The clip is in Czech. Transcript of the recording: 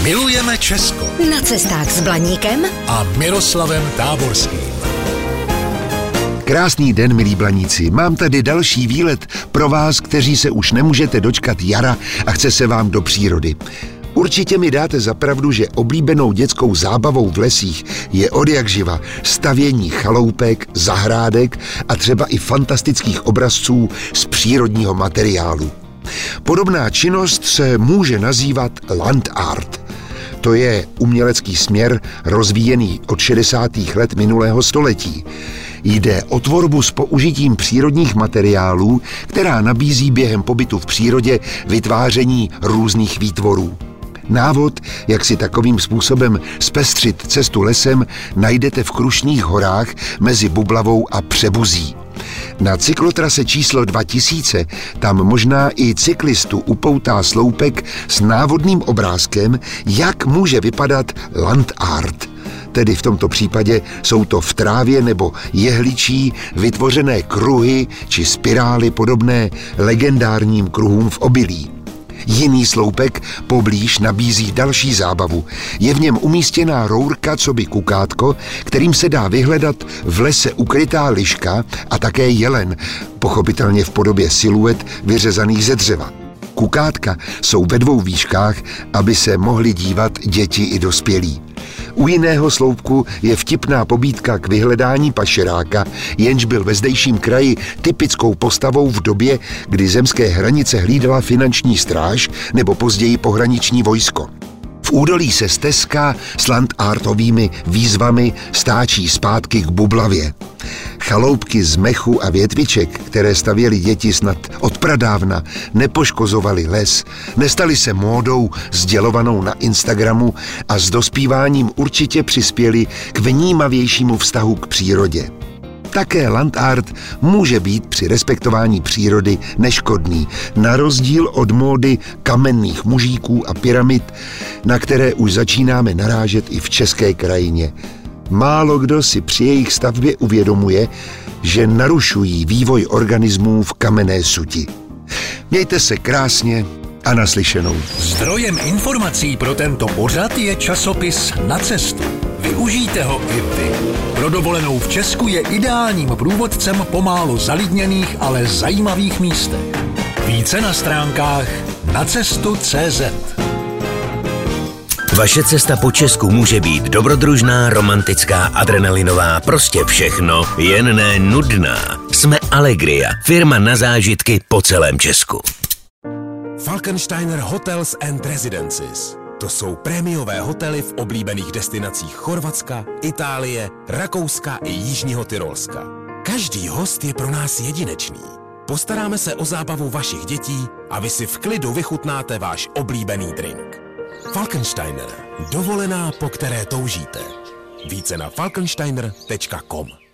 Milujeme Česko. Na cestách s Blaníkem a Miroslavem Táborským. Krásný den, milí Blaníci. Mám tady další výlet pro vás, kteří se už nemůžete dočkat jara a chce se vám do přírody. Určitě mi dáte za pravdu, že oblíbenou dětskou zábavou v lesích je odjakživa stavění chaloupek, zahrádek a třeba i fantastických obrazců z přírodního materiálu. Podobná činnost se může nazývat land art. To je umělecký směr rozvíjený od 60. let minulého století. Jde o tvorbu s použitím přírodních materiálů, která nabízí během pobytu v přírodě vytváření různých výtvorů. Návod, jak si takovým způsobem zpestřit cestu lesem, najdete v Krušných horách mezi Bublavou a Přebuzí. Na cyklotrase číslo 2000 tam možná i cyklistu upoutá sloupek s návodným obrázkem, jak může vypadat land art. Tedy v tomto případě jsou to v trávě nebo jehličí vytvořené kruhy či spirály podobné legendárním kruhům v obilí. Jiný sloupek poblíž nabízí další zábavu. Je v něm umístěná rourka coby kukátko, kterým se dá vyhledat v lese ukrytá liška a také jelen, pochopitelně v podobě siluet vyřezaných ze dřeva. Kukátka jsou ve dvou výškách, aby se mohli dívat děti i dospělí. U jiného sloupku je vtipná pobídka k vyhledání pašeráka, jenž byl ve zdejším kraji typickou postavou v době, kdy zemské hranice hlídala finanční stráž nebo později pohraniční vojsko. V údolí se stezka s land artovými výzvami stáčí zpátky k Bublavě. Chaloupky z mechu a větviček, které stavěly děti snad od pradávna, nepoškozovaly les, nestaly se módou sdělovanou na Instagramu a s dospíváním určitě přispěly k vnímavějšímu vztahu k přírodě. Také land art může být při respektování přírody neškodný, na rozdíl od módy kamenných mužíků a pyramid, na které už začínáme narážet i v české krajině. Málo kdo si při jejich stavbě uvědomuje, že narušují vývoj organismů v kamenné suti. Mějte se krásně a naslyšenou. Zdrojem informací pro tento pořad je časopis Na cestu. Využijte ho i vy. Pro dovolenou v Česku je ideálním průvodcem po málo zalidněných, ale zajímavých místech. Více na stránkách nacestu.cz. Vaše cesta po Česku může být dobrodružná, romantická, adrenalinová, prostě všechno, jen ne nudná. Jsme Allegria, firma na zážitky po celém Česku. Falkensteiner Hotels and Residences. To jsou prémiové hotely v oblíbených destinacích Chorvatska, Itálie, Rakouska i Jižního Tyrolska. Každý host je pro nás jedinečný. Postaráme se o zábavu vašich dětí a vy si v klidu vychutnáte váš oblíbený drink. Falkensteiner. Dovolená, po které toužíte. Více na falkensteiner.com.